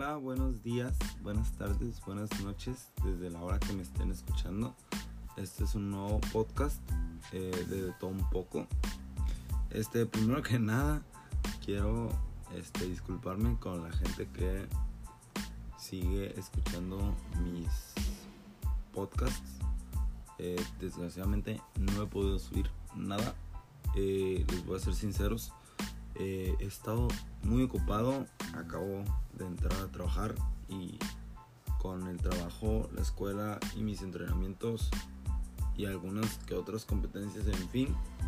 Hola, buenos días, buenas tardes, buenas noches, desde la hora que me estén escuchando. Este es un nuevo podcast de todo un poco. Primero que nada, quiero disculparme con la gente que sigue escuchando mis podcasts. Desgraciadamente no he podido subir nada. Les voy a ser sinceros. He estado muy ocupado, acabo de entrar a trabajar y con el trabajo, la escuela y mis entrenamientos y algunas que otras competencias, en fin,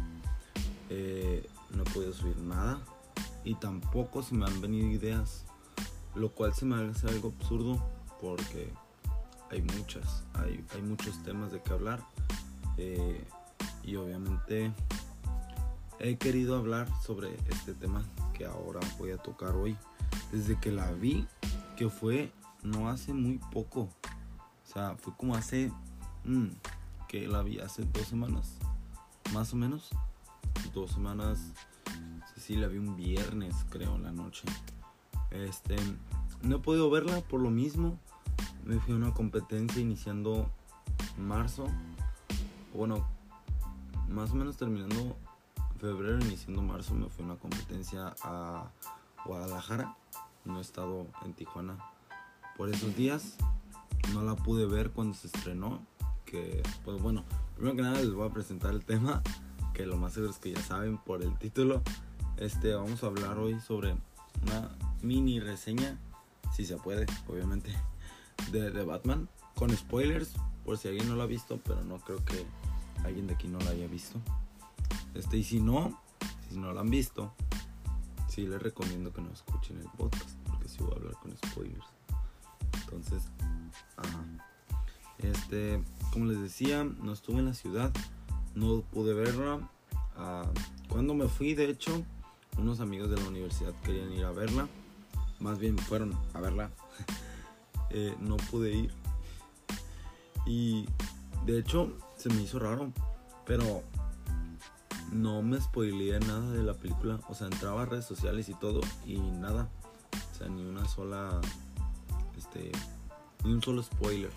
no he podido subir nada y tampoco se me han venido ideas, lo cual se me hace algo absurdo porque hay muchos temas de que hablar y obviamente he querido hablar sobre este tema que ahora voy a tocar hoy. Desde que la vi, que fue no hace muy poco. O sea, fue como hace... que la vi hace 2 semanas. Más o menos. 2 semanas. Sí, la vi un viernes, creo, en la noche. No he podido verla por lo mismo. Me fui a una competencia iniciando marzo. Bueno, más o menos terminando febrero, iniciando marzo, me fui a una competencia a Guadalajara. No he estado en Tijuana por esos días. No la pude ver cuando se estrenó. Que, pues bueno, primero que nada les voy a presentar el tema, que lo más seguro es que ya saben por el título. Vamos a hablar hoy sobre una mini reseña, si se puede, obviamente, de Batman, con spoilers, por si alguien no lo ha visto, pero no creo que alguien de aquí no lo haya visto. Y si no lo han visto, sí les recomiendo que no escuchen el podcast, porque sí voy a hablar con spoilers. Entonces, como les decía, no estuve en la ciudad, no pude verla. Cuando me fui, de hecho, unos amigos de la universidad querían ir a verla, más bien fueron a verla. No pude ir y de hecho se me hizo raro, pero no me spoileé nada de la película. O sea, entraba a redes sociales y todo y nada. O sea, ni una sola ni un solo spoiler.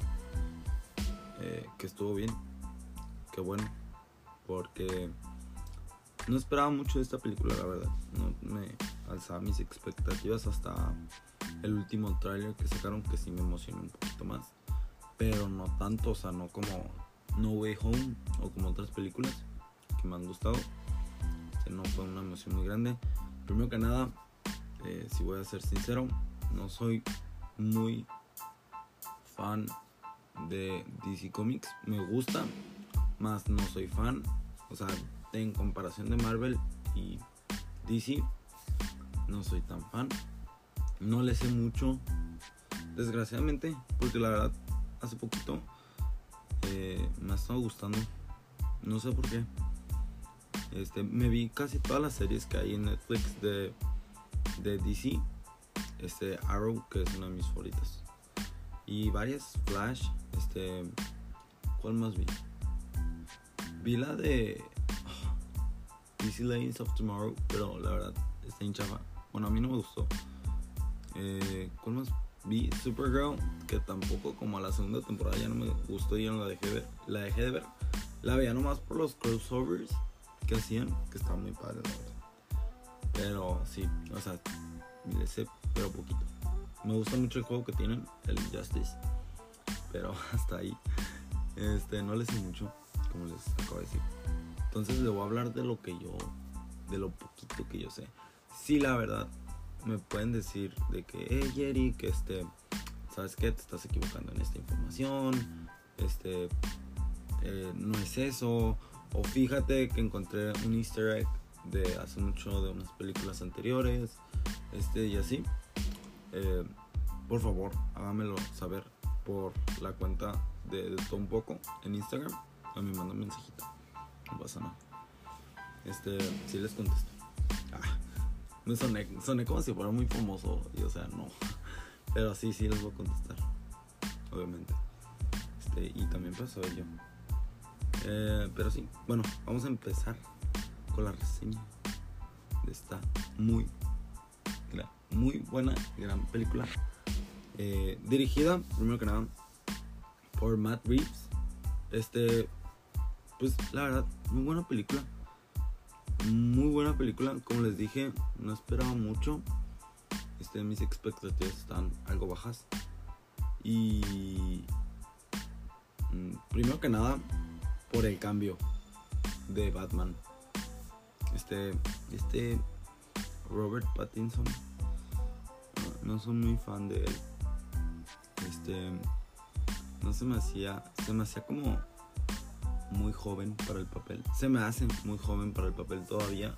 Que estuvo bien. Qué bueno. Porque no esperaba mucho de esta película, la verdad. No me alzaba mis expectativas hasta el último tráiler que sacaron, que sí me emocionó un poquito más. Pero no tanto, o sea, no como No Way Home o como otras películas que me han gustado. No fue una emoción muy grande. Primero que nada, si voy a ser sincero, no soy muy fan de DC Comics. Me gusta, más no soy fan. O sea, en comparación de Marvel y DC, no soy tan fan. No le sé mucho, desgraciadamente, porque la verdad, hace poquito me ha estado gustando. No sé por qué. Me vi casi todas las series que hay en Netflix de DC. Arrow, que es una de mis favoritas, y varias. Flash. ¿Cuál más vi? Vi la de DC Legends of Tomorrow, pero la verdad está hinchada. Bueno, a mí no me gustó. ¿Cuál más vi? Supergirl, que tampoco, como a la segunda temporada ya no me gustó y ya no la dejé de ver. La veía nomás por los crossovers que hacían, que estaba muy padre, la verdad. Pero sí, o sea, le sé, pero poquito. Me gusta mucho el juego que tienen, el Injustice, pero hasta ahí. No le sé mucho, como les acabo de decir. Entonces le voy a hablar de lo poquito que yo sé. Sí, la verdad, me pueden decir de que, Jerry, que ¿sabes qué? Te estás equivocando en esta información. No es eso. O fíjate que encontré un easter egg de hace mucho de unas películas anteriores. Y así. Por favor, háganmelo saber por la cuenta de todo un poco en Instagram. A mí me mandan un mensajito. No pasa nada. Sí les contesto. Me soné como si fuera muy famoso. Y o sea, no. Pero sí les voy a contestar. Obviamente. Y también para saber yo. Pero sí, bueno, vamos a empezar con la reseña de esta muy buena, gran película Dirigida, primero que nada, por Matt Reeves. Pues la verdad, muy buena película. Muy buena película. Como les dije, no esperaba mucho. Mis expectativas están algo bajas. Y primero que nada, por el cambio de Batman. Robert Pattinson, no soy muy fan de él. No se me hacía como muy joven para el papel. Se me hace muy joven para el papel todavía.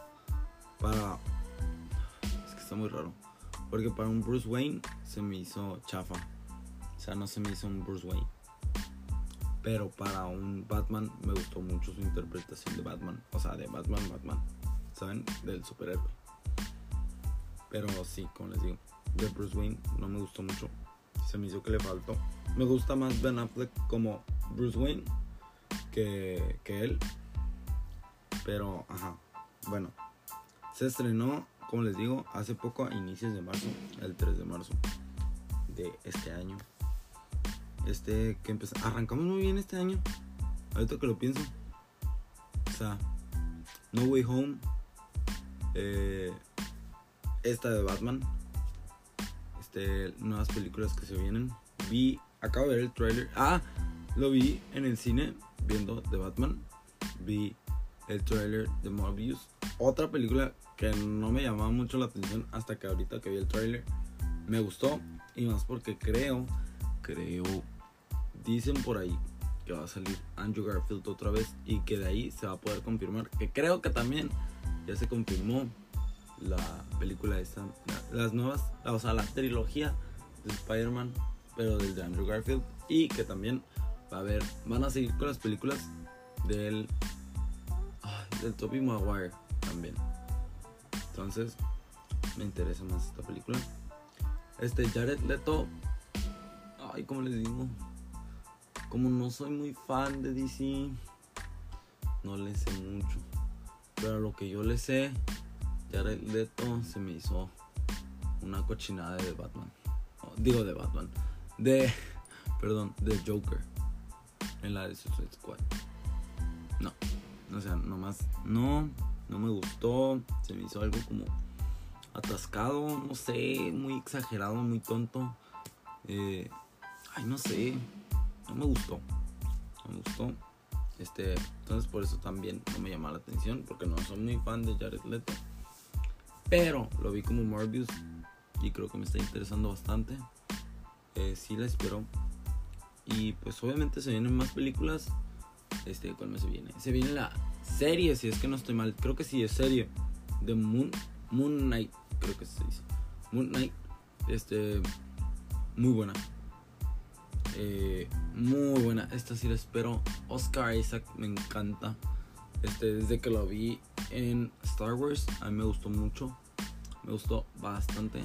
Es que está muy raro. Porque para un Bruce Wayne se me hizo chafa. O sea, no se me hizo un Bruce Wayne. Pero para un Batman me gustó mucho su interpretación de Batman. O sea, de Batman. ¿Saben? Del superhéroe. Pero sí, como les digo, de Bruce Wayne no me gustó mucho. Se me hizo que le faltó. Me gusta más Ben Affleck como Bruce Wayne que él. Pero, bueno, se estrenó, como les digo, hace poco, a inicios de marzo, el 3 de marzo de este año. Arrancamos muy bien este año, ahorita que lo pienso. O sea, No Way Home, esta de Batman, nuevas películas que se vienen. Acabo de ver el trailer. Lo vi en el cine viendo The Batman. Vi el trailer de Morbius, otra película que no me llamaba mucho la atención hasta que ahorita que vi el trailer me gustó. Y más porque creo, dicen por ahí que va a salir Andrew Garfield otra vez, y que de ahí se va a poder confirmar, que creo que también ya se confirmó la película esta, las nuevas, o sea, la trilogía de Spider-Man, pero del de Andrew Garfield, y que también van a seguir con las películas del Tobey Maguire también. Entonces me interesa más esta película. Jared Leto, como les digo, como no soy muy fan de DC, no le sé mucho, pero lo que yo le sé, Jared Leto se me hizo una cochinada de Batman. De Joker en la de Suicide Squad. No, o sea, nomás no me gustó. Se me hizo algo como atascado, no sé, muy exagerado, muy tonto. No sé, no me gustó. Entonces por eso también no me llama la atención, porque no soy muy fan de Jared Leto. Pero lo vi como Morbius y creo que me está interesando bastante. Sí la espero. Y pues obviamente se vienen más películas. ¿Cuál más se viene? Se viene la serie, si es que no estoy mal. Creo que sí es serie de Moon Knight, creo que se dice. Moon Knight. Muy buena. Muy buena. Esta sí la espero. Oscar Isaac me encanta. Desde que lo vi en Star Wars, a mí me gustó mucho. Me gustó bastante.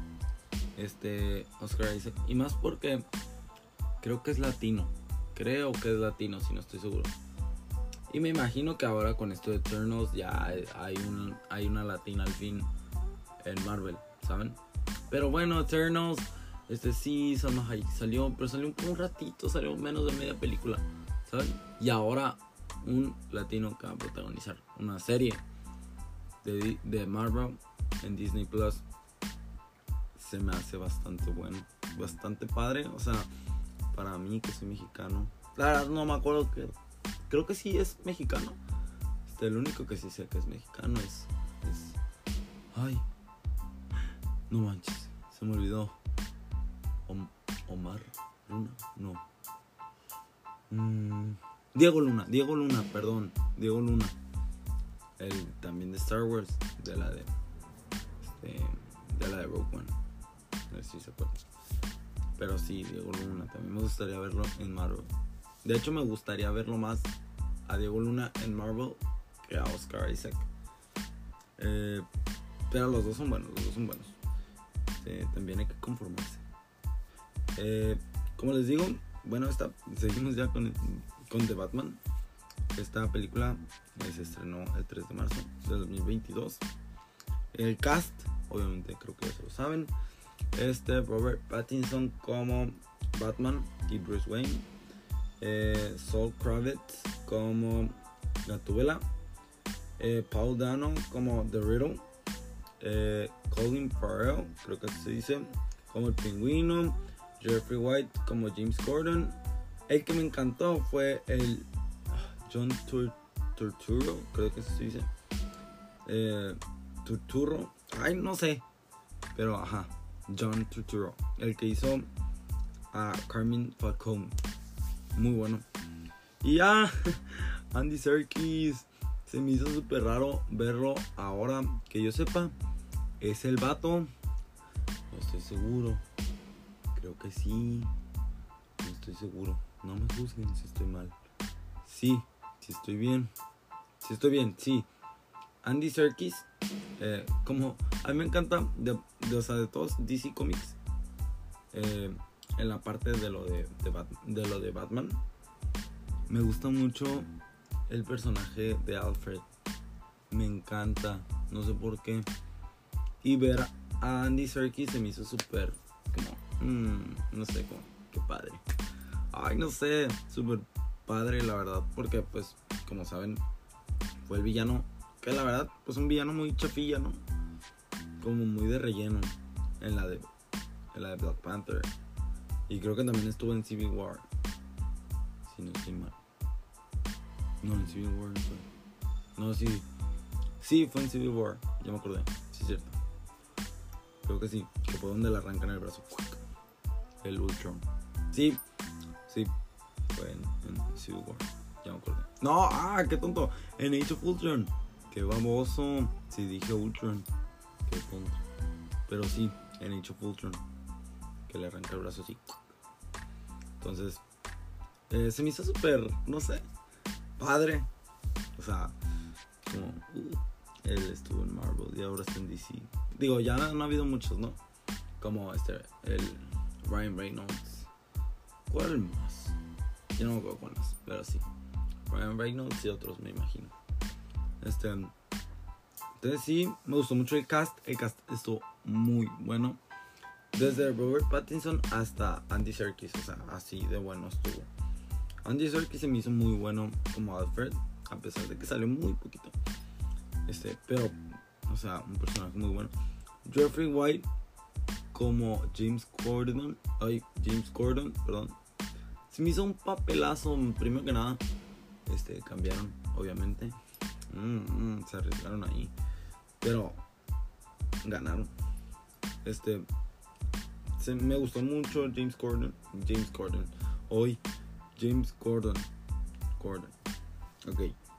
Oscar Isaac. Y más porque creo que es latino, si no estoy seguro. Y me imagino que ahora con esto de Eternals ya hay una latina al fin en Marvel, ¿saben? Pero bueno, Eternals, sí, Salma Hayek salió, pero salió un ratito, salió menos de media película, ¿saben? Y ahora un latino que va a protagonizar una serie de Marvel en Disney Plus. Se me hace bastante bueno, bastante padre. O sea, para mí que soy mexicano, la verdad no me acuerdo, creo que sí es mexicano. El único que sí sé que es mexicano es no manches, se me olvidó. Omar Luna, no. Diego Luna, perdón, Diego Luna. El también de Star Wars, de la de Rogue One. No sé si se acuerdan. Pero sí, Diego Luna, también me gustaría verlo en Marvel. De hecho, me gustaría verlo más a Diego Luna en Marvel que a Oscar Isaac. Pero los dos son buenos. También hay que conformarse. Como les digo, bueno, seguimos ya con The Batman. Esta película se estrenó el 3 de marzo de 2022. El cast, obviamente creo que ya se lo saben. Robert Pattinson como Batman y Bruce Wayne. Zoe Kravitz como Gatúbela. Paul Dano como The Riddle. Colin Farrell, creo que se dice, como el Pingüino. Jeffrey White como James Gordon. El que me encantó fue el John Turturro, creo que se dice. Turturro, ay, no sé, pero ajá, John Turturro, el que hizo a Carmine Falcone, muy bueno. Y ya, Andy Serkis, se me hizo súper raro verlo ahora, que yo sepa, es el vato, no estoy seguro, creo que sí, no estoy seguro, no me juzguen si estoy mal, sí estoy bien, sí. Andy Serkis, como a mí me encanta de todos DC Comics, en la parte de lo de Batman, me gusta mucho el personaje de Alfred, me encanta, no sé por qué, y ver a Andy Serkis se me hizo súper como, no sé, como, qué padre, ay, no sé, súper padre la verdad, porque pues, como saben, fue el villano, que la verdad, pues un villano muy chafilla, ¿no? Como muy de relleno en la de Black Panther. Y creo que también estuvo en Civil War, si no estoy mal. No, en Civil War no fue. No, sí, fue en Civil War, ya me acordé, sí es cierto. Creo que sí, que fue donde le arrancan el brazo, el Ultron. Sí, fue en Civil War, ya me acordé. No, qué tonto, en Age of Ultron. Qué baboso. Sí, dije Ultron. Qué tonto. Pero sí, en Age of Ultron, que le arranca el brazo así. Entonces, se me hizo súper, no sé, padre. O sea, como él estuvo en Marvel y ahora está en DC. Digo, ya no ha habido muchos, ¿no? Como el Ryan Reynolds. ¿Cuál más? Yo no me acuerdo cuáles, pero sí. Ryan Reynolds y otros, me imagino. Entonces sí, me gustó mucho el cast estuvo muy bueno, desde Robert Pattinson hasta Andy Serkis, o sea, así de bueno estuvo. Andy Serkis se me hizo muy bueno como Alfred, a pesar de que salió muy poquito, pero, o sea, un personaje muy bueno. Jeffrey White como James Gordon, perdón, se me hizo un papelazo, primero que nada, cambiaron, obviamente. Se arriesgaron ahí, pero ganaron. Me gustó mucho James Gordon. Ok,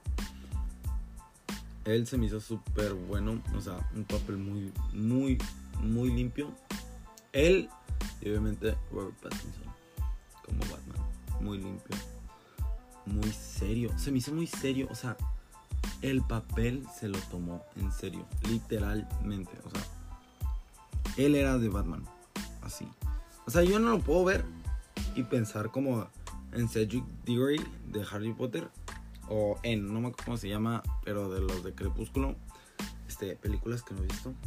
él se me hizo súper bueno, o sea, un papel muy, muy, muy limpio. Él y obviamente Robert Pattinson como Batman, muy limpio, muy serio. Se me hizo muy serio, o sea, el papel se lo tomó en serio, literalmente. O sea, él era de Batman, así. O sea, yo no lo puedo ver y pensar como en Cedric Diggory de Harry Potter, o en, no me acuerdo cómo se llama, pero de los de Crepúsculo, películas que no he visto.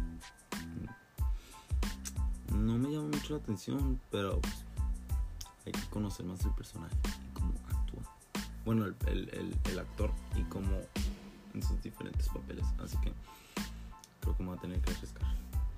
No me llama mucho la atención, pero pues, hay que conocer más el personaje y cómo actúa. Bueno, el actor y cómo en sus diferentes papeles. Así que creo que me voy a tener que arriesgar.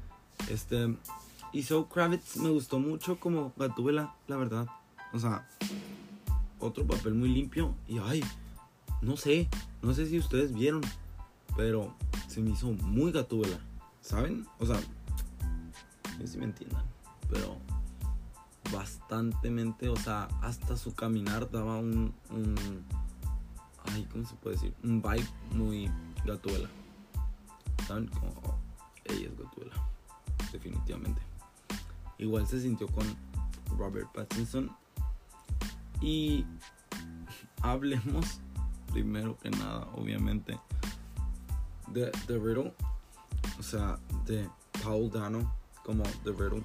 Y Zoe Kravitz me gustó mucho como Gatúbela, la verdad. O sea, otro papel muy limpio. Y ay, no sé si ustedes vieron, pero se me hizo muy Gatúbela, ¿saben? O sea, no sé si me entiendan, pero bastantemente, o sea, hasta su caminar daba un ay, ¿cómo se puede decir? Un vibe muy Gatúbela, ¿saben? Como ella es Gatúbela, definitivamente. Igual se sintió con Robert Pattinson. Y hablemos primero que nada, obviamente, de The Riddle, o sea, de Paul Dano como The Riddle.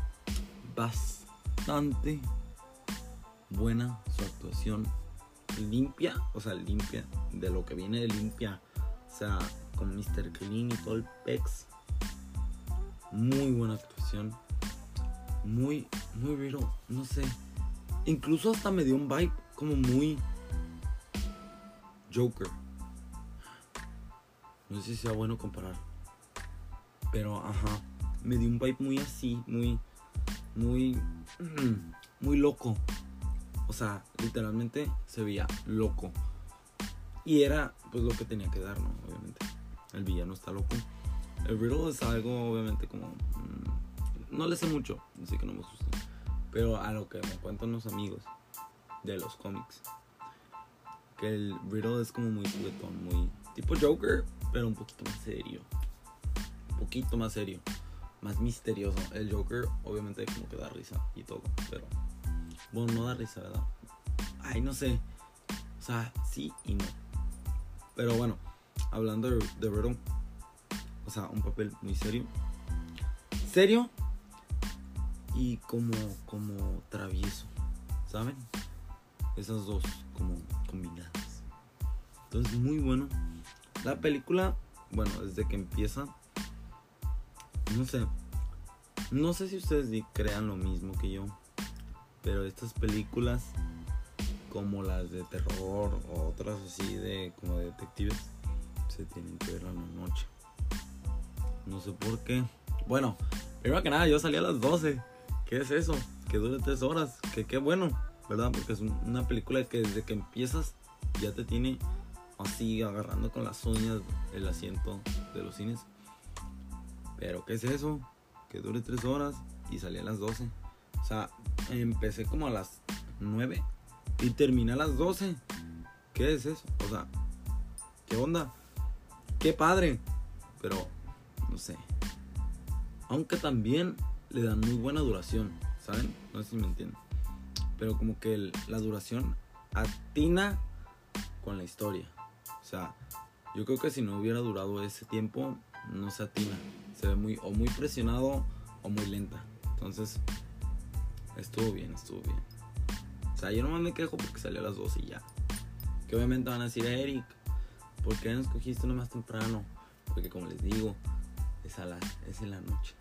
Bastante buena su actuación, limpia, o sea, limpia, de lo que viene de limpia, o sea, con Mr. Clean y todo el pex. Muy buena actuación. muy real, no sé. Incluso hasta me dio un vibe como muy Joker. No sé si sea bueno comparar, pero ajá, me dio un vibe muy así, muy loco. O sea, literalmente se veía loco. Y era pues lo que tenía que dar, ¿no? Obviamente. El villano está loco. El Riddle es algo, obviamente, como... no le sé mucho, así que no me asusta. Pero a lo que me cuentan los amigos de los cómics, que el Riddle es como muy juguetón, muy tipo Joker, pero un poquito más serio. Un poquito más serio. Más misterioso. El Joker, obviamente, como que da risa y todo. Pero, bueno, no da risa, ¿verdad? Ay, no sé. O sea, sí y no. Pero bueno, hablando de Riddle, o sea, un papel muy serio. Serio y como travieso, ¿saben? Esas dos como combinadas. Entonces, muy bueno. La película, bueno, desde que empieza, no sé si ustedes crean lo mismo que yo, pero estas películas como las de terror o otras así de como de detectives se tienen que ver a la noche. No sé por qué. Bueno, primero que nada, yo salí a las 12. ¿Qué es eso? Que dure 3 horas. Que qué bueno, ¿verdad? Porque es una película que desde que empiezas ya te tiene así agarrando con las uñas el asiento de los cines. Pero ¿qué es eso? Que dure 3 horas y salí a las 12. O sea, empecé como a las 9 y terminé a las 12. ¿Qué es eso? O sea, ¿qué onda? ¡Qué padre! Pero, no sé. Aunque también le dan muy buena duración, ¿saben? No sé si me entienden. Pero como que la duración atina con la historia. O sea, yo creo que si no hubiera durado ese tiempo, no se atina. Se ve muy presionado o muy lenta. Entonces, estuvo bien. O sea, yo nomás me quejo porque salió a las 12 y ya. Que obviamente van a decir, Eric, ¿por qué no escogiste uno más temprano? Porque como les digo, es en la noche.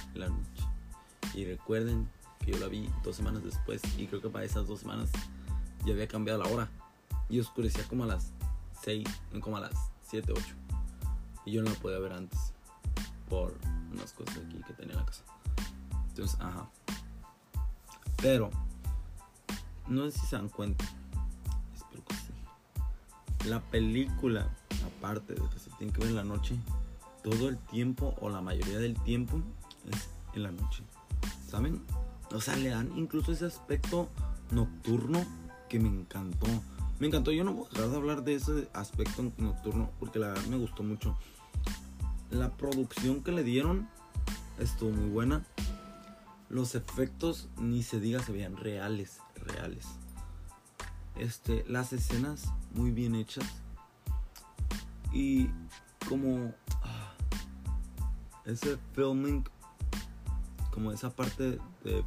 Y recuerden que yo la vi 2 semanas después. Y creo que para esas 2 semanas ya había cambiado la hora. Y oscurecía como a las 6, como a las 7, 8. Y yo no la podía ver antes por unas cosas aquí que tenía en la casa. Entonces, ajá. Pero no sé si se dan cuenta, espero que sí, la película, aparte de que se tiene que ver en la noche, todo el tiempo o la mayoría del tiempo es en la noche, ¿saben? O sea, le dan incluso ese aspecto nocturno que me encantó. Yo no voy a dejar de hablar de ese aspecto nocturno porque la verdad me gustó mucho. La producción que le dieron estuvo muy buena. Los efectos, ni se diga, se veían reales. Las escenas muy bien hechas. Y como ese filming, como esa parte de,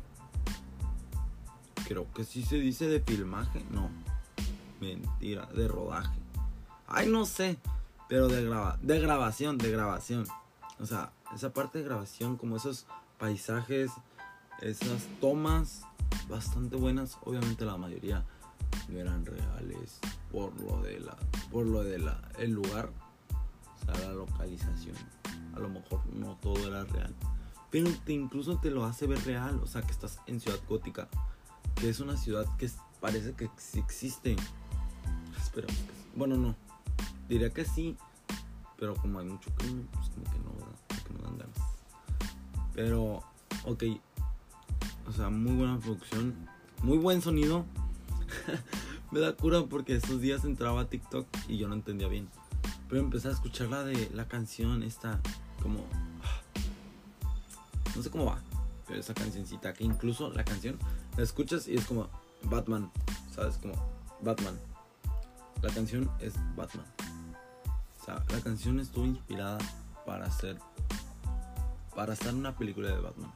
creo que sí se dice de filmaje, no, mentira, de rodaje. Ay, no sé, pero de grabación. O sea, esa parte de grabación, como esos paisajes, esas tomas bastante buenas. Obviamente la mayoría no eran reales por lo de el lugar, o sea, la localización. A lo mejor no todo era real, pero incluso te lo hace ver real. O sea, que estás en Ciudad Gótica, que es una ciudad que parece que sí existe. Esperamos que sí. Bueno, no, diría que sí, pero como hay mucho crimen, pues como que no, ¿verdad? Que no dan ganas. Pero, ok, o sea, muy buena producción, muy buen sonido. Me da cura porque estos días entraba a TikTok y yo no entendía bien, pero empecé a escuchar la canción esta, como, no sé cómo va, pero esa cancioncita que incluso la canción la escuchas y es como Batman, ¿sabes? Como Batman. La canción es Batman. O sea, la canción estuvo inspirada para estar en una película de Batman.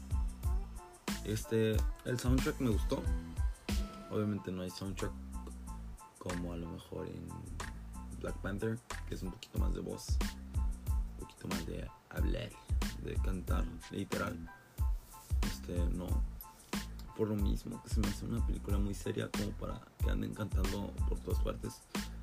El soundtrack me gustó. Obviamente no hay soundtrack como a lo mejor en Black Panther, que es un poquito más de voz, un poquito más de hablar, de cantar, literal. No, por lo mismo que se me hace una película muy seria como para que anden cantando por todas partes.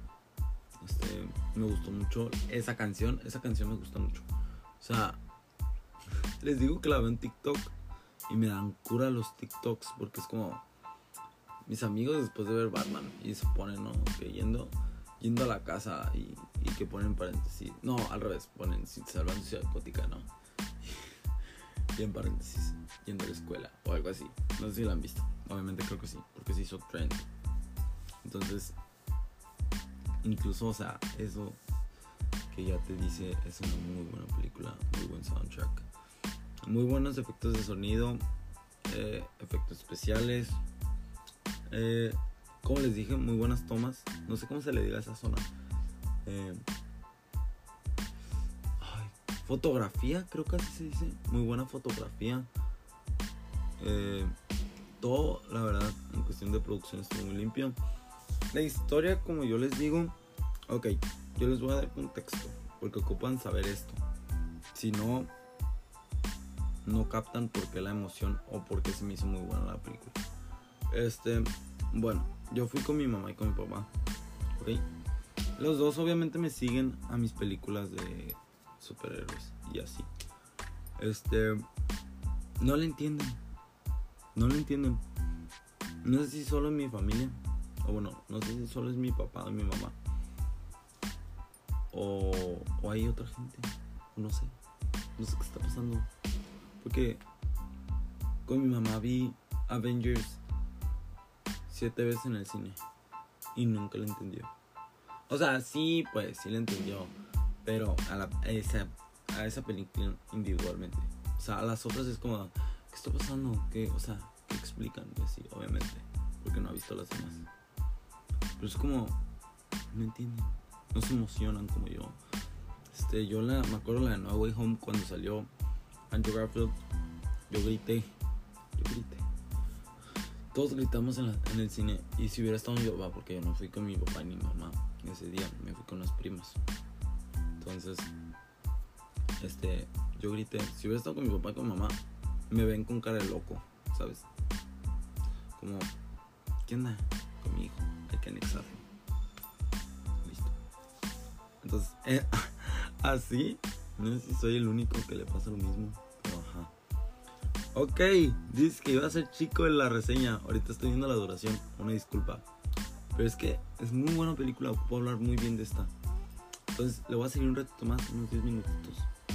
Me gustó mucho esa canción me gusta mucho. O sea, les digo que la veo en TikTok y me dan cura los TikToks, porque es como mis amigos después de ver Batman y se ponen, ¿no? Que yendo a la casa y que ponen paréntesis, no, al revés, ponen salvando Ciudad Gótica, ¿no? Y en paréntesis, yendo a la escuela o algo así. No sé si la han visto, obviamente creo que sí, porque se hizo trend. Entonces, incluso, o sea, eso que ya te dice, es una muy buena película, muy buen soundtrack, muy buenos efectos de sonido, efectos especiales, como les dije, muy buenas tomas. No sé cómo se le diga a esa zona. Fotografía, creo que así se dice. Muy buena fotografía. Todo, la verdad, en cuestión de producción estuvo muy limpio. La historia, como yo les digo, ok, yo les voy a dar contexto, porque ocupan saber esto. Si no, no captan por qué la emoción o por qué se me hizo muy buena la película. Bueno, yo fui con mi mamá y con mi papá, ok. Los dos obviamente me siguen a mis películas de superhéroes y así. No le entienden. No sé si solo es mi familia, o bueno, no sé si solo es mi papá o mi mamá, o hay otra gente, no sé qué está pasando. Porque con mi mamá vi Avengers 7 veces en el cine y nunca la entendió. O sea, sí, pues sí la entendió, pero a esa película individualmente. O sea, a las otras es como, ¿qué está pasando? ¿Qué explican? Y así, obviamente, porque no ha visto las demás. Pero es como, no entienden, no se emocionan como yo. Yo me acuerdo la de No Way Home cuando salió Andrew Garfield. Yo grité. Todos gritamos en el cine. Y si hubiera estado mi papá, porque yo no fui con mi papá ni mi mamá ese día, me fui con las primas. Entonces, yo grité. Si hubiera estado con mi papá y con mi mamá, me ven con cara de loco, ¿sabes? Como, ¿qué onda con mi hijo? Hay que anexarlo. Listo. Entonces, así, no sé si soy el único que le pasa lo mismo, pero ajá. Ok, dices que iba a ser chico en la reseña. Ahorita estoy viendo la duración, una disculpa. Pero es que es muy buena película, puedo hablar muy bien de esta. Entonces le voy a seguir un ratito más, unos 10 minutitos.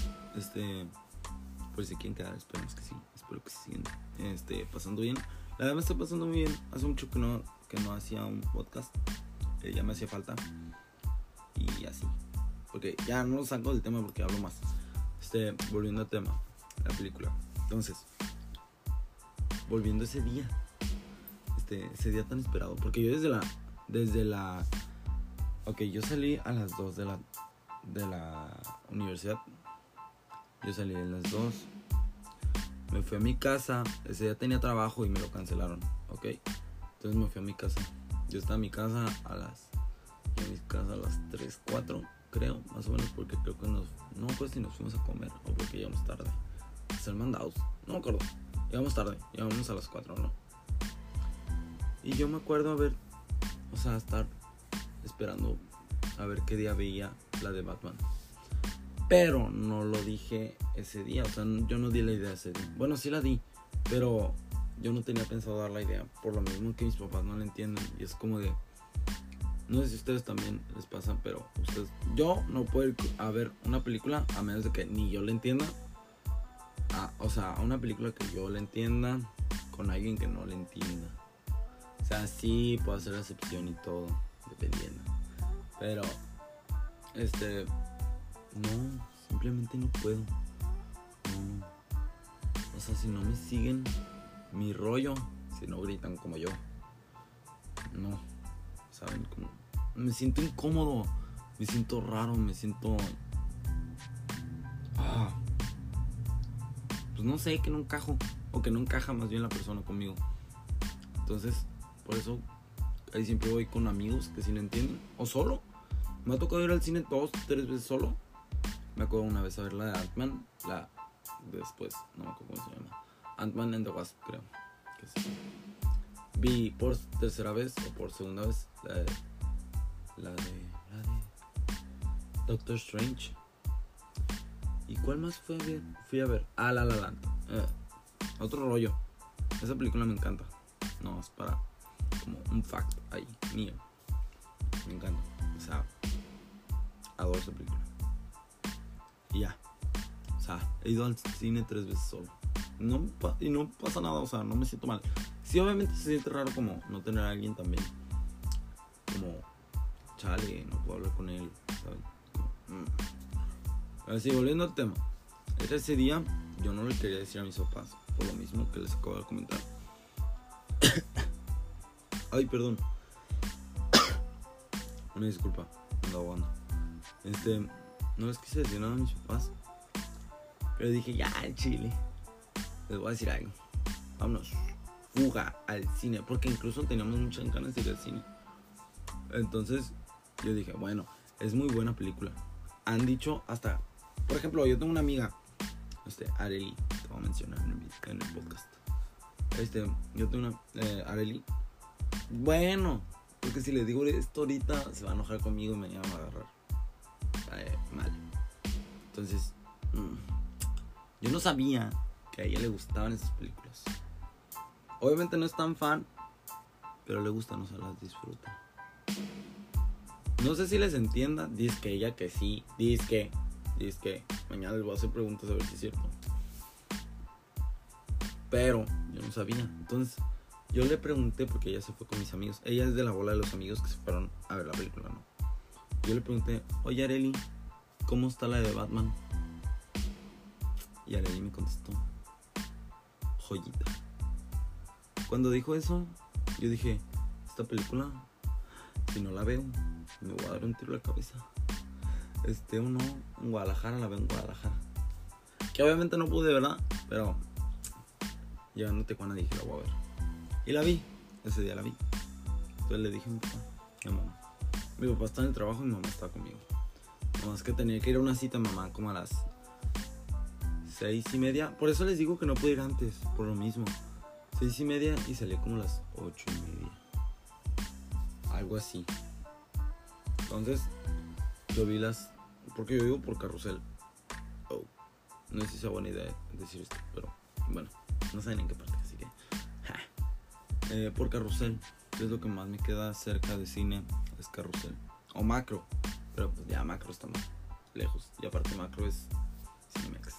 Por si quieren quedar, esperemos que sí. Espero que se sigan pasando bien. La verdad me estoy pasando muy bien. Hace mucho que no hacía un podcast. Ya me hacía falta. Y así. Porque ya no lo saco del tema porque hablo más. Volviendo al tema, la película. Entonces, volviendo a ese día. Ese día tan esperado. Porque yo desde la ok, yo salí a las 2 de la universidad. Yo salí a las 2. Me fui a mi casa. Ese día tenía trabajo y me lo cancelaron. Ok. Entonces me fui a mi casa. Yo estaba en mi casa a las 3, 4, creo, más o menos, porque creo que no me acuerdo si nos fuimos a comer o porque llegamos tarde. Hacer mandados. No me acuerdo. Llegamos tarde. Llegamos a las 4, ¿no? Y yo me acuerdo estar esperando a ver qué día veía la de Batman. Pero no lo dije ese día, o sea, yo no di la idea ese día. Bueno, sí la di, pero yo no tenía pensado dar la idea, por lo mismo que mis papás no la entienden. Y es como de, no sé si a ustedes también les pasa, pero yo no puedo ir a ver una película a menos de que ni yo la entienda. A una película que yo la entienda con alguien que no la entienda. O sea, sí puedo hacer la excepción y todo, dependiendo. Pero, no, simplemente no puedo. No. O sea, si no me siguen mi rollo, si no gritan como yo, no. ¿Saben? Como, me siento incómodo, me siento raro, me siento... pues no sé, que no encajo. O que no encaja más bien la persona conmigo. Entonces, por eso ahí siempre voy con amigos que sí lo entienden. O solo. Me ha tocado ir al cine 2, 3 veces solo. Me acuerdo una vez a ver la de Ant-Man. Después, no me acuerdo cómo se llama. Ant-Man and the Wasp, creo que sí. Vi por tercera vez o por segunda vez la de Doctor Strange. ¿Y cuál más fui a ver? La La Land. Otro rollo. Esa película me encanta. No, es para como un fact ahí mío. Me encanta. O sea, adoro esa película. Y ya. O sea, he ido al cine 3 veces solo. Y no pasa nada, o sea, no me siento mal. Sí, obviamente se siente raro como no tener a alguien también. Como, chale, no puedo hablar con él, ¿sabes? Así, volviendo al tema. Ese día yo no le quería decir a mis papás, por lo mismo que les acabo de comentar. Ay, perdón. Una disculpa, me ando ahogando. No les quise decir nada a mis papás. Pero dije, ya, en Chile les voy a decir algo. Vámonos, fuga al cine. Porque incluso teníamos muchas ganas de ir al cine. Entonces yo dije, bueno, es muy buena película. Han dicho hasta, por ejemplo, yo tengo una amiga, Arely, te voy a mencionar en el podcast. Yo tengo una Arely. Bueno, porque si le digo esto ahorita se va a enojar conmigo y me va a agarrar mal. Entonces, yo no sabía que a ella le gustaban esas películas. Obviamente no es tan fan, pero le gustan, o sea, las disfruta. No sé si les entienda. Dice que ella que sí. Dice que mañana les voy a hacer preguntas a ver si es cierto. Pero yo no sabía. Entonces yo le pregunté, porque ella se fue con mis amigos. Ella es de la bola de los amigos que se fueron a ver la película, ¿no? Yo le pregunté, oye Arely, ¿cómo está la de Batman? Y Arely me contestó, joyita. Cuando dijo eso, yo dije, esta película, si no la veo, me voy a dar un tiro a la cabeza. O no, en Guadalajara, la veo en Guadalajara. Que obviamente no pude, ¿verdad? Pero llegando a Tijuana dije, la voy a ver. Y la vi, ese día la vi. Entonces le dije a mi papá y a mamá. Mi papá está en el trabajo y mi mamá está conmigo. Nomás que tenía que ir a una cita, mamá, como a las 6:30. Por eso les digo que no pude ir antes, por lo mismo. 6:30 y salí como a las 8:30. Algo así. Entonces, yo vi porque yo vivo por Carrusel. No sé si sea buena idea decir esto, pero bueno, no saben en qué parte, así que por Carrusel, que es lo que más me queda cerca de cine, es Carrusel. O Macro, pero pues ya Macro está más lejos. Y aparte Macro es Cinemex.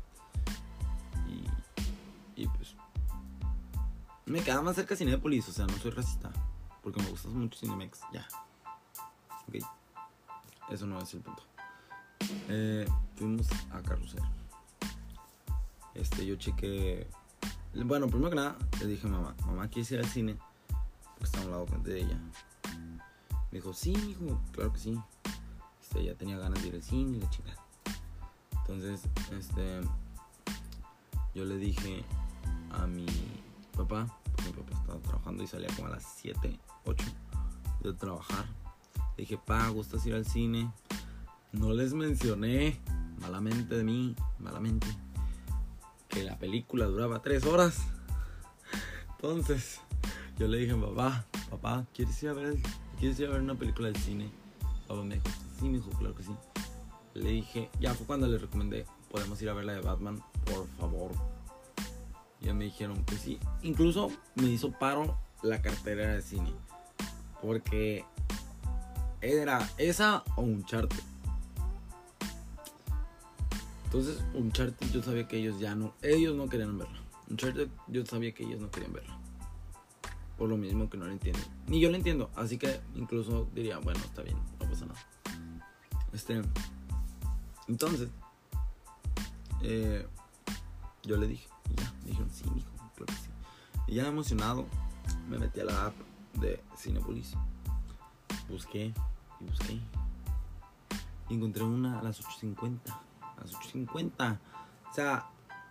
Y pues me queda más cerca Cinépolis, o sea, no soy racista, porque me gusta mucho Cinemex, ya. Ok, eso no es el punto. Fuimos a Carrusel. Yo chequé. Bueno, primero que nada le dije a mamá, ¿quieres ir al cine? Porque está a un lado de ella. Me dijo, sí, hijo, claro que sí. Ya tenía ganas de ir al cine y la chica. Entonces, yo le dije a mi papá, porque mi papá estaba trabajando y salía como a las 7, 8 de trabajar. Le dije, pa, ¿gustas ir al cine? No les mencioné, malamente de mí, que la película duraba 3 horas. Entonces, yo le dije, papá, ¿quieres ir a ver una película del cine? Papá me dijo, sí, me dijo, claro que sí. Le dije, ya fue cuando le recomendé, podemos ir a ver la de Batman, por favor. Y ya me dijeron, pues sí. Incluso me hizo paro la cartera de cine, porque era esa o Uncharted. Entonces Uncharted yo sabía que ellos no querían verla. Uncharted yo sabía que ellos no querían verla, por lo mismo que no la entienden. Ni yo la entiendo, así que incluso diría, bueno, está bien, no pasa nada. Entonces yo le dije, y ya, me dijeron, sí, mijo, claro que sí. Y ya emocionado me metí a la app de Cinépolis. Busqué y encontré una a las 8:50. O sea,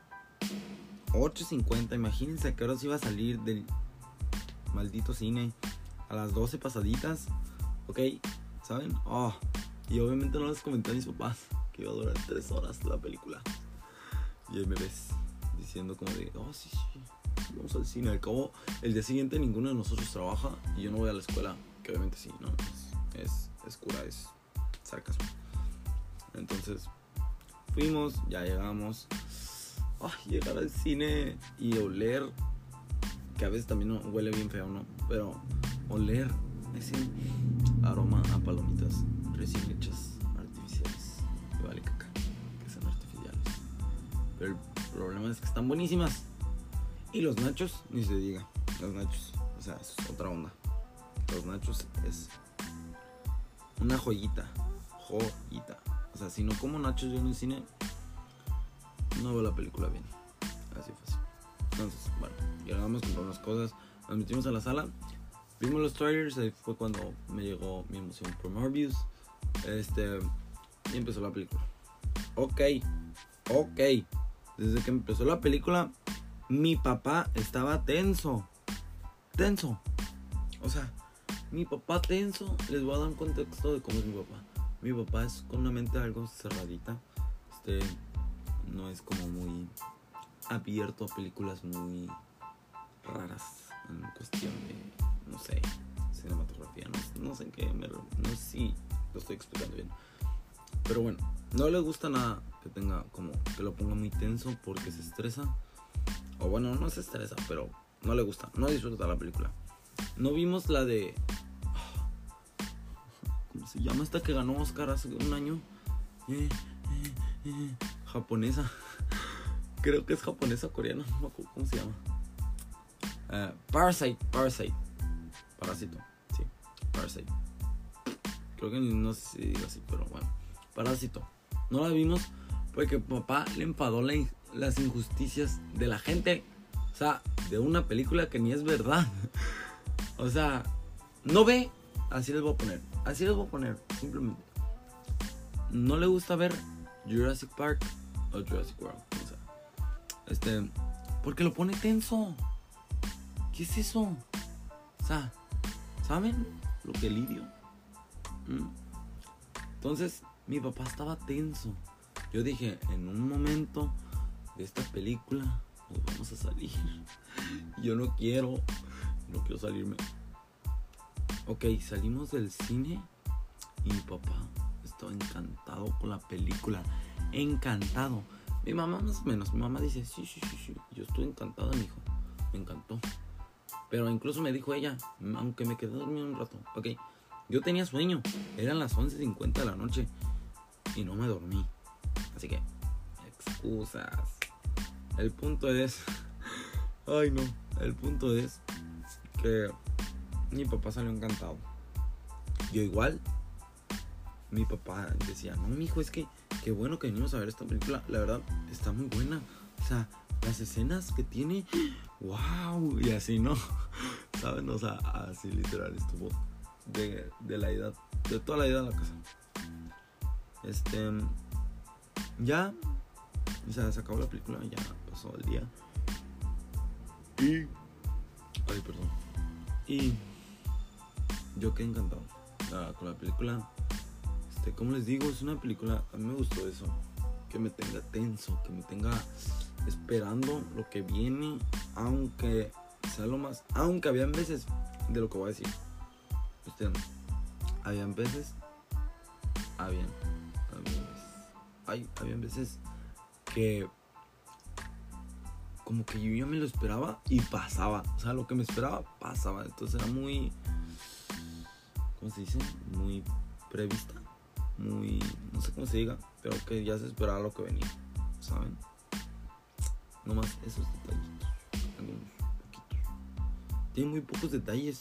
8:50. Imagínense a qué horas iba a salir del maldito cine. A las 12 pasaditas. Ok, ¿saben? Y obviamente no les comenté a mis papás que iba a durar 3 horas la película. Y ahí me ves diciendo como de, oh, sí, vamos al cine. Al cabo, el día siguiente ninguno de nosotros trabaja y yo no voy a la escuela, que obviamente sí, ¿no? Es cura, es sarcasmo. Entonces, fuimos, ya llegamos. Llegar al cine y oler, que a veces también huele bien feo, ¿no? Pero oler ese aroma a palomitas recién hechas, artificiales. Me vale caca que sean artificiales. Pero el problema es que están buenísimas. Y los nachos, ni se diga. Los nachos, o sea, es otra onda. Los nachos es una joyita. O sea, si no como nachos yo en el cine, no veo la película bien. Así fácil. Entonces, bueno, llegamos, compramos cosas, nos metimos a la sala, vimos los trailers. Ahí fue cuando me llegó mi emoción por Morbius. Y empezó la película. Ok. Desde que empezó la película, mi papá estaba tenso. O sea, mi papá tenso. Les voy a dar un contexto de cómo es mi papá. Mi papá es con una mente algo cerradita. No es como muy abierto a películas muy raras en cuestión de, no sé, cinematografía. No sé en qué, no sé si lo estoy explicando bien. Pero bueno, no le gusta nada que tenga como que lo ponga muy tenso porque se estresa. O bueno, no se estresa, pero no le gusta, no disfruta la película. No vimos la de, ¿cómo se llama esta que ganó Oscar hace un año? Japonesa. Creo que es japonesa o coreana, no me acuerdo cómo se llama. Parásito, sí, Parasite. Creo que no sé si digo así, pero bueno, Parásito. No la vimos porque papá le enfadó las injusticias de la gente. O sea, de una película que ni es verdad. O sea, no ve. Así les voy a poner, simplemente. No le gusta ver Jurassic Park o Jurassic World. O sea, porque lo pone tenso. ¿Qué es eso? O sea, ¿saben lo que lidio? Entonces, mi papá estaba tenso. Yo dije, en un momento de esta película nos vamos a salir. Yo no quiero salirme. Ok, salimos del cine y mi papá estaba encantado con la película. Encantado. Mi mamá más o menos. Mi mamá dice, sí. Yo estoy encantado, mijo. Me encantó. Pero incluso me dijo ella, aunque me quedé dormido un rato. Ok, yo tenía sueño. Eran las 11:50 de la noche y no me dormí. Así que, excusas. El punto es... Ay, no. El punto es que mi papá salió encantado. Yo igual. Mi papá decía, no, mijo, es que qué bueno que venimos a ver esta película. La verdad, está muy buena. O sea, las escenas que tiene, wow. Y así, ¿no? ¿Saben? O sea, así literal estuvo de la edad, de toda la edad de la casa. Ya, o sea, se acabó la película, ya pasó el día. Y yo quedé encantado con la película. Como les digo, es una película, a mí me gustó eso, que me tenga tenso, que me tenga esperando lo que viene, aunque sea lo más, aunque habían veces, de lo que voy a decir, habían veces que como que yo ya me lo esperaba y pasaba. O sea, lo que me esperaba pasaba. Entonces era muy, ¿cómo se dice? Muy prevista. Muy, no sé cómo se diga, pero que ya se esperaba lo que venía, ¿saben? Nomás esos detallitos, algunos poquitos. Tiene muy pocos detalles.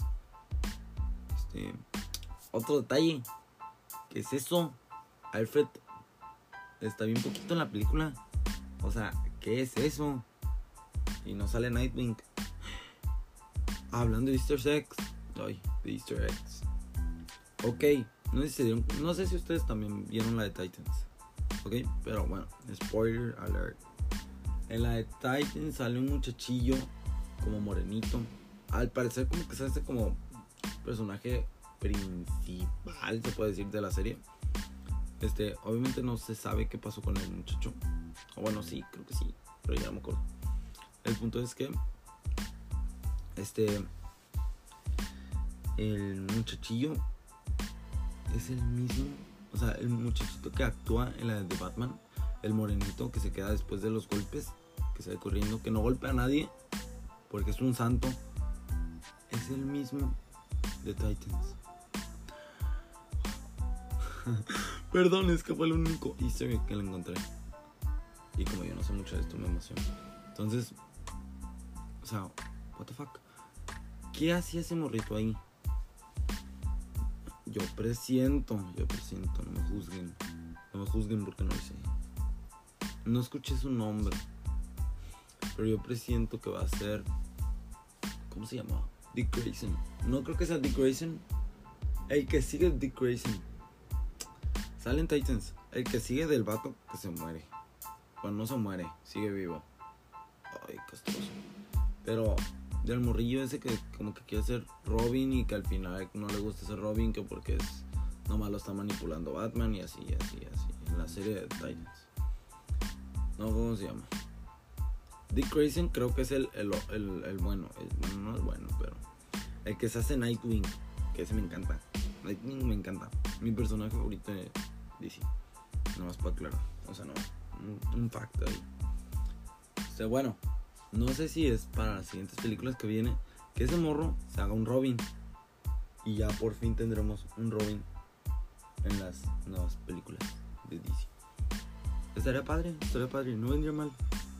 Otro detalle, ¿qué es eso? Alfred está bien poquito en la película. O sea, ¿qué es eso? Y no sale Nightwing. Hablando de Easter eggs. De Easter eggs. Ok, no sé si ustedes también vieron la de Titans. Ok, pero bueno, spoiler alert. En la de Titans sale un muchachillo como morenito. Al parecer como que se hace como personaje principal, se puede decir, de la serie. Obviamente no se sabe qué pasó con el muchacho. O bueno, sí, creo que sí, pero ya no me acuerdo. el punto es que el muchachillo es el mismo, o sea, el muchachito que actúa en la de Batman, el morenito que se queda después de los golpes, que sale corriendo, que no golpea a nadie porque es un santo, es el mismo de Titans. Perdón, es que fue el único easter egg que le encontré. Y como yo no sé mucho de esto, me emociona. Entonces, o sea, what the fuck, ¿qué hacía ese morrito ahí? Yo presiento, no me juzguen porque no lo sé. No escuché su nombre, pero yo presiento que va a ser, ¿cómo se llama? Dick Grayson. No creo que sea Dick Grayson. El que sigue Dick Grayson sale en Titans. El que sigue del vato que se muere. Bueno, no se muere, sigue vivo. Ay, castroso. Pero del morrillo ese que como que quiere ser Robin y que al final no le gusta ser Robin, que porque es nomás lo está manipulando Batman y así. En la serie de Titans. No, ¿cómo se llama? Dick Grayson creo que es el bueno. No es bueno, pero el que se hace Nightwing, que ese me encanta. Nightwing me encanta. Mi personaje favorito de DC. Nomás para aclarar. O sea, no. Un fact ahí. O sea, bueno. No sé si es para las siguientes películas que viene que ese morro se haga un Robin. Y ya por fin tendremos un Robin en las nuevas películas de DC. Estaría padre. No vendría mal.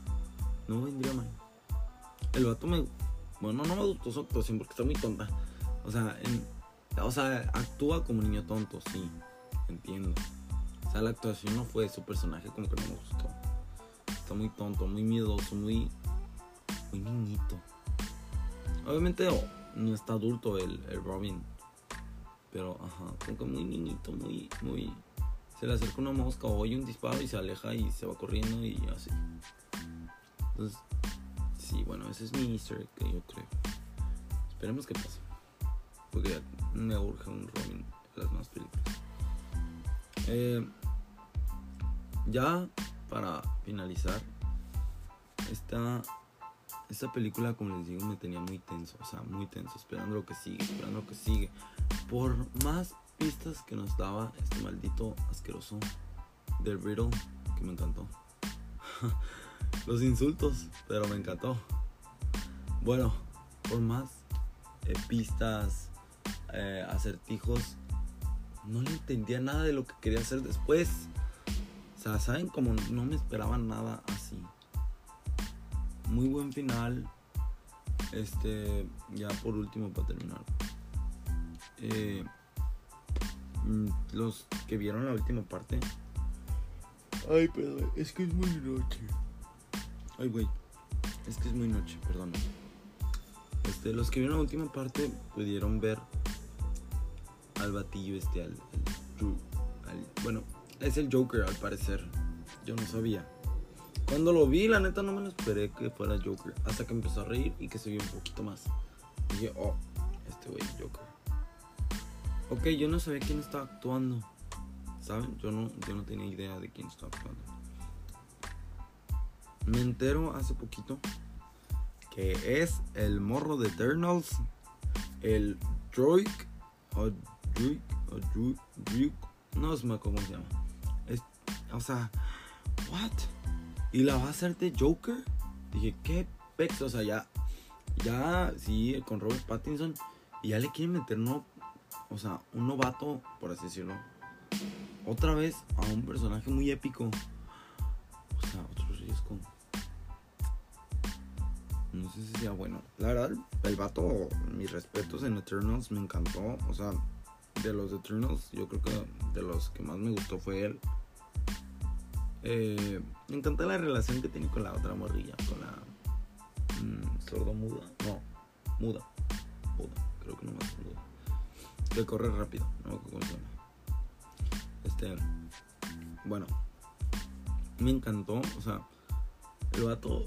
El vato bueno, no me gustó su actuación porque está muy tonta. O sea, actúa como niño tonto, sí. Entiendo. O sea, la actuación no fue su personaje, como que no me gustó. Está muy tonto, muy miedoso, muy niñito. Obviamente no está adulto el Robin, pero como que muy niñito, muy se le acerca una mosca o oye un disparo y se aleja y se va corriendo y así. Entonces, sí, bueno, ese es mi easter egg que yo creo. Esperemos que pase, porque ya me urge un Robin en las nuevas películas. Ya para finalizar, esta película, como les digo, me tenía muy tenso, esperando lo que sigue. Por más pistas que nos daba este maldito asqueroso del Riddle, que me encantó. Los insultos, pero me encantó. Bueno, por más pistas, acertijos, no le entendía nada de lo que quería hacer después. O sea, ¿saben? Como no me esperaba nada así. Muy buen final. Ya por último, para terminar, los que vieron la última parte. Ay, perdón, es que es muy noche. Ay, güey, es que es muy noche, perdón. Los que vieron la última parte pudieron ver al batillo bueno, es el Joker al parecer. Yo no sabía. Cuando lo vi, la neta no me lo esperé que fuera Joker. Hasta que empezó a reír y que se vio un poquito más. Dije, este güey es Joker. Ok, yo no sabía quién estaba actuando. ¿Saben? Yo no tenía idea de quién estaba actuando. Me entero hace poquito que es el morro de Eternals. El Drake. No sé cómo se llama. O sea, what? ¿Y la va a hacer de Joker? Dije, ¿qué pex? O sea, ya, sí, con Robert Pattinson. Y ya le quieren meter, un novato, por así decirlo, otra vez a un personaje muy épico. O sea, otro riesgo. No sé si sea bueno. La verdad, el vato, mis respetos en Eternals, me encantó. O sea, de los Eternals, yo creo que de los que más me gustó fue él. Me encantó la relación que tiene con la otra morrilla, con la sordomuda. No, muda. Creo que no más muda. Que corre rápido, no sé cómo se llama. Bueno, me encantó. O sea, el vato,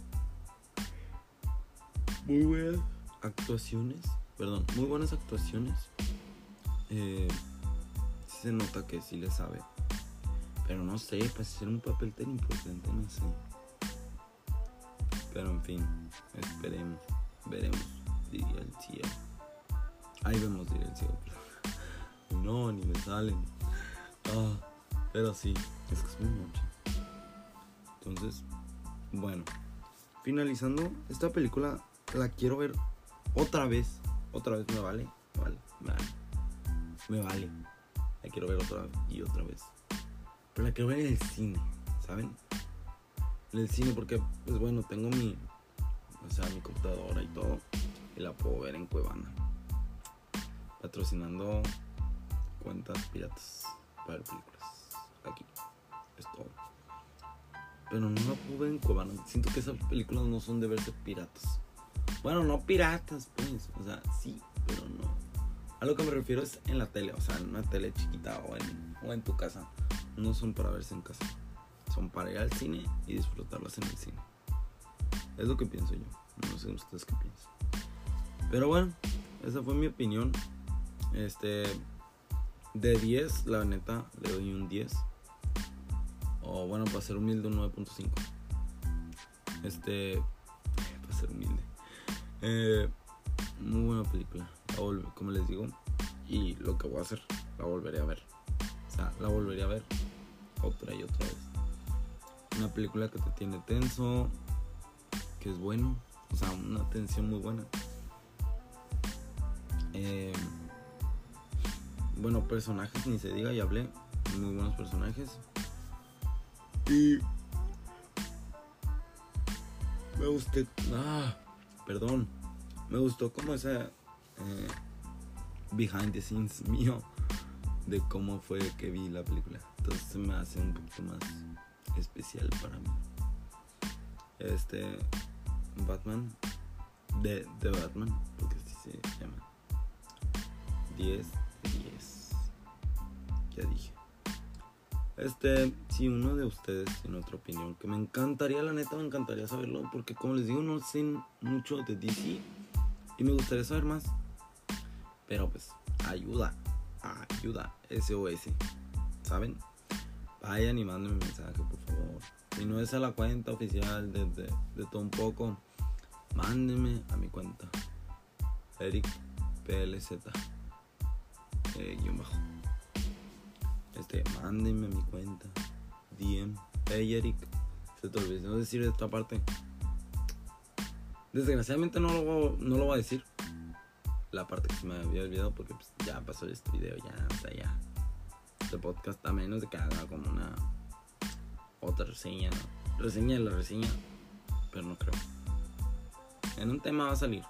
muy buenas actuaciones. Sí se nota que sí le sabe. Pero no sé, para hacer un papel tan importante, no sé. Pero en fin, esperemos, veremos, diría el cielo. Ahí vemos, diría el cielo. No, ni me salen. Pero sí, es que es muy noche. Entonces, bueno, finalizando, esta película la quiero ver otra vez. Otra vez me vale. La quiero ver otra y otra vez. Pero la quiero ver en el cine, ¿saben? En el cine porque, pues bueno, tengo mi computadora y todo. Y la puedo ver en Cuevana. Patrocinando cuentas piratas para ver películas. Aquí. Es todo. Pero no la puedo ver en Cuevana. Siento que esas películas no son de verse piratas. Bueno, no piratas, pues. O sea, sí, pero no. A lo que me refiero es en la tele. O sea, en una tele chiquita o en tu casa. No son para verse en casa. Son para ir al cine y disfrutarlas en el cine. Es lo que pienso yo. No sé ustedes qué piensan. Pero bueno, esa fue mi opinión. De 10, la neta, le doy un 10. O bueno, para ser humilde, un 9.5. Para ser humilde. Muy buena película. Como les digo. Y lo que voy a hacer, la volveré a ver. O sea, la volveré a ver otra y otra vez. Una película que te tiene tenso, que es bueno. O sea, una tensión muy buena. Bueno, personajes ni se diga, ya hablé. Muy buenos personajes. Y me gustó. Me gustó como esa behind the scenes mío de cómo fue que vi la película. Entonces se me hace un poquito más especial para mí. Batman de Batman, porque así se llama. 10 de 10. Ya dije. Si uno de ustedes tiene otra opinión, que me encantaría, la neta, me encantaría saberlo, porque como les digo, no sé mucho de DC y me gustaría saber más. Pero pues, ayuda, SOS, ¿saben? Vayan y mándenme un mensaje, por favor. Si no es a la cuenta oficial de todo un poco, mándenme a mi cuenta, Eric PLZ _. Mándenme a mi cuenta, DM. Hey Eric, se te olvidó decir esta parte. Desgraciadamente no lo voy a decir. La parte que se me había olvidado, porque pues, ya pasó este video, ya. Este podcast, a menos de que haga como una otra reseña, ¿no? Reseña de la reseña, pero no creo. En un tema va a salir.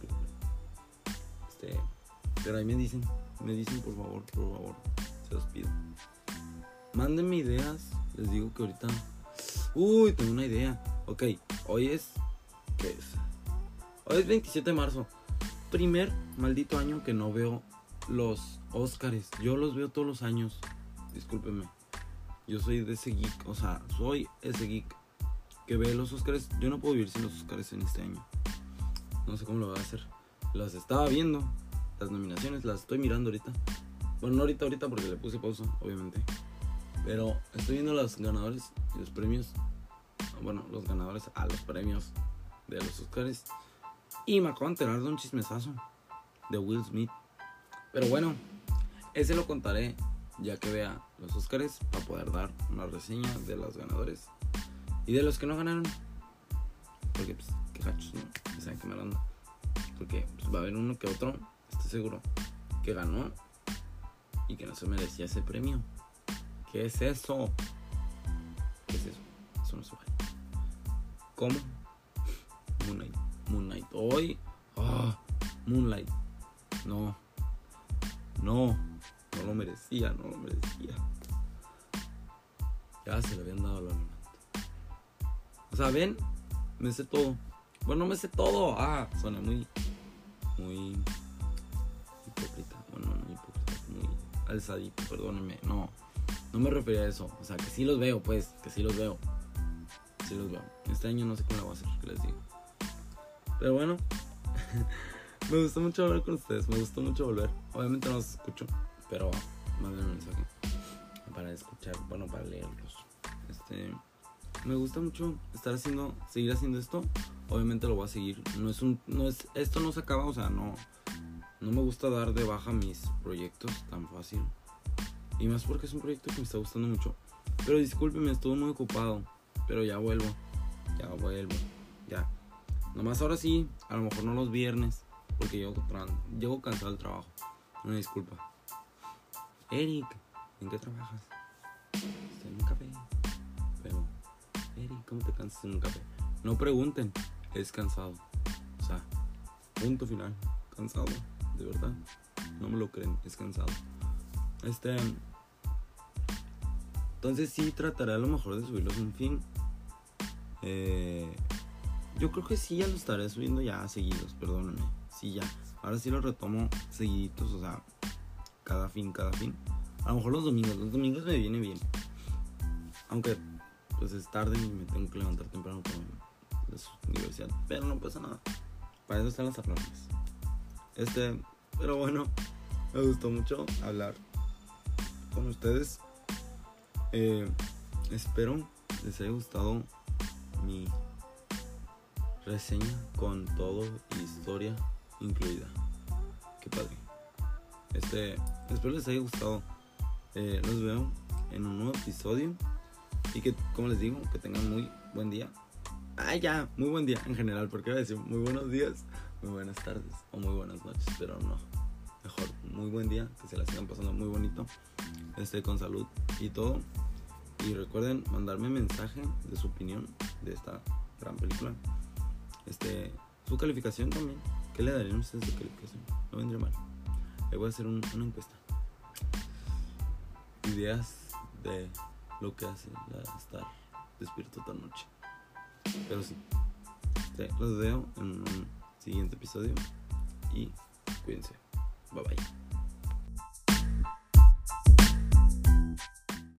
Pero ahí me dicen por favor, se los pido. Mándenme ideas. Les digo que ahorita tengo una idea. Ok, hoy es ¿qué es? Hoy es 27 de marzo. Primer maldito año que no veo los Óscares. Yo los veo todos los años. Discúlpenme. Yo soy de ese geek. O sea, soy ese geek que ve los Óscares. Yo no puedo vivir sin los Óscares en este año. No sé cómo lo voy a hacer. Los estaba viendo. Las nominaciones las estoy mirando ahorita. Bueno, no ahorita porque le puse pausa, obviamente. Pero estoy viendo los ganadores y los premios. Bueno, los ganadores a los premios de los Óscares. Y me acabo de enterar de un chismesazo de Will Smith. Pero bueno, ese lo contaré ya que vea los Óscares, para poder dar una reseña de los ganadores y de los que no ganaron. Porque pues, qué gachos, ¿no? O sea, qué mala. Porque pues, va a haber uno que otro, estoy seguro, que ganó y que no se merecía ese premio. ¿Qué es eso? ¿Qué es eso? Eso no se vale. ¿Cómo? Moon Knight. Hoy. Moonlight. No lo merecía. Ya se le habían dado la nominación. O sea, ven, me sé todo. Bueno, no me sé todo. Suena muy hipócrita. Bueno, no hipócrita, muy alzadito, perdónenme. No me refería a eso. O sea, que sí los veo, pues, que sí los veo. Este año no sé cómo lo voy a hacer, que les digo. Pero bueno, me gustó mucho hablar con ustedes. Me gustó mucho volver. Obviamente no los escucho, pero manden un mensaje para escuchar, bueno, para leerlos. me gusta mucho seguir haciendo esto. Obviamente lo voy a seguir. Esto no se acaba, o sea, no me gusta dar de baja mis proyectos tan fácil. Y más porque es un proyecto que me está gustando mucho. Pero discúlpeme, estuve muy ocupado. Pero ya vuelvo. Ya. Nomás ahora sí, a lo mejor no los viernes. Porque llego cansado del trabajo. Una disculpa. Eric, ¿en qué trabajas? Estoy en un café. Pero, Eric, ¿cómo te cansas en un café? No pregunten, es cansado. O sea, punto final. Cansado, de verdad. No me lo creen, es cansado. Entonces sí trataré a lo mejor de subirlos en fin. Yo creo que sí ya los estaré subiendo ya seguidos, perdónenme. Sí ya, ahora sí los retomo seguiditos, o sea, cada fin. A lo mejor los domingos me viene bien. Aunque pues es tarde y me tengo que levantar temprano por la universidad. Pero no pasa nada, para eso están las alarmas. Pero bueno, me gustó mucho hablar con ustedes. Espero les haya gustado mi reseña con todo, historia incluida. Qué padre. Espero les haya gustado. Los veo en un nuevo episodio. Y que, como les digo, que tengan muy buen día. Muy buen día en general, porque iba a decir muy buenos días, muy buenas tardes o muy buenas noches, pero no. Mejor, muy buen día, que se la sigan pasando muy bonito, con salud y todo. Y recuerden mandarme mensaje de su opinión de esta gran película. Su calificación también. ¿Qué le darían ustedes de calificación? No vendría mal. Le voy a hacer una encuesta. Ideas de lo que hace estar despierto toda noche. Pero sí, los veo en un siguiente episodio. Y cuídense. Bye bye.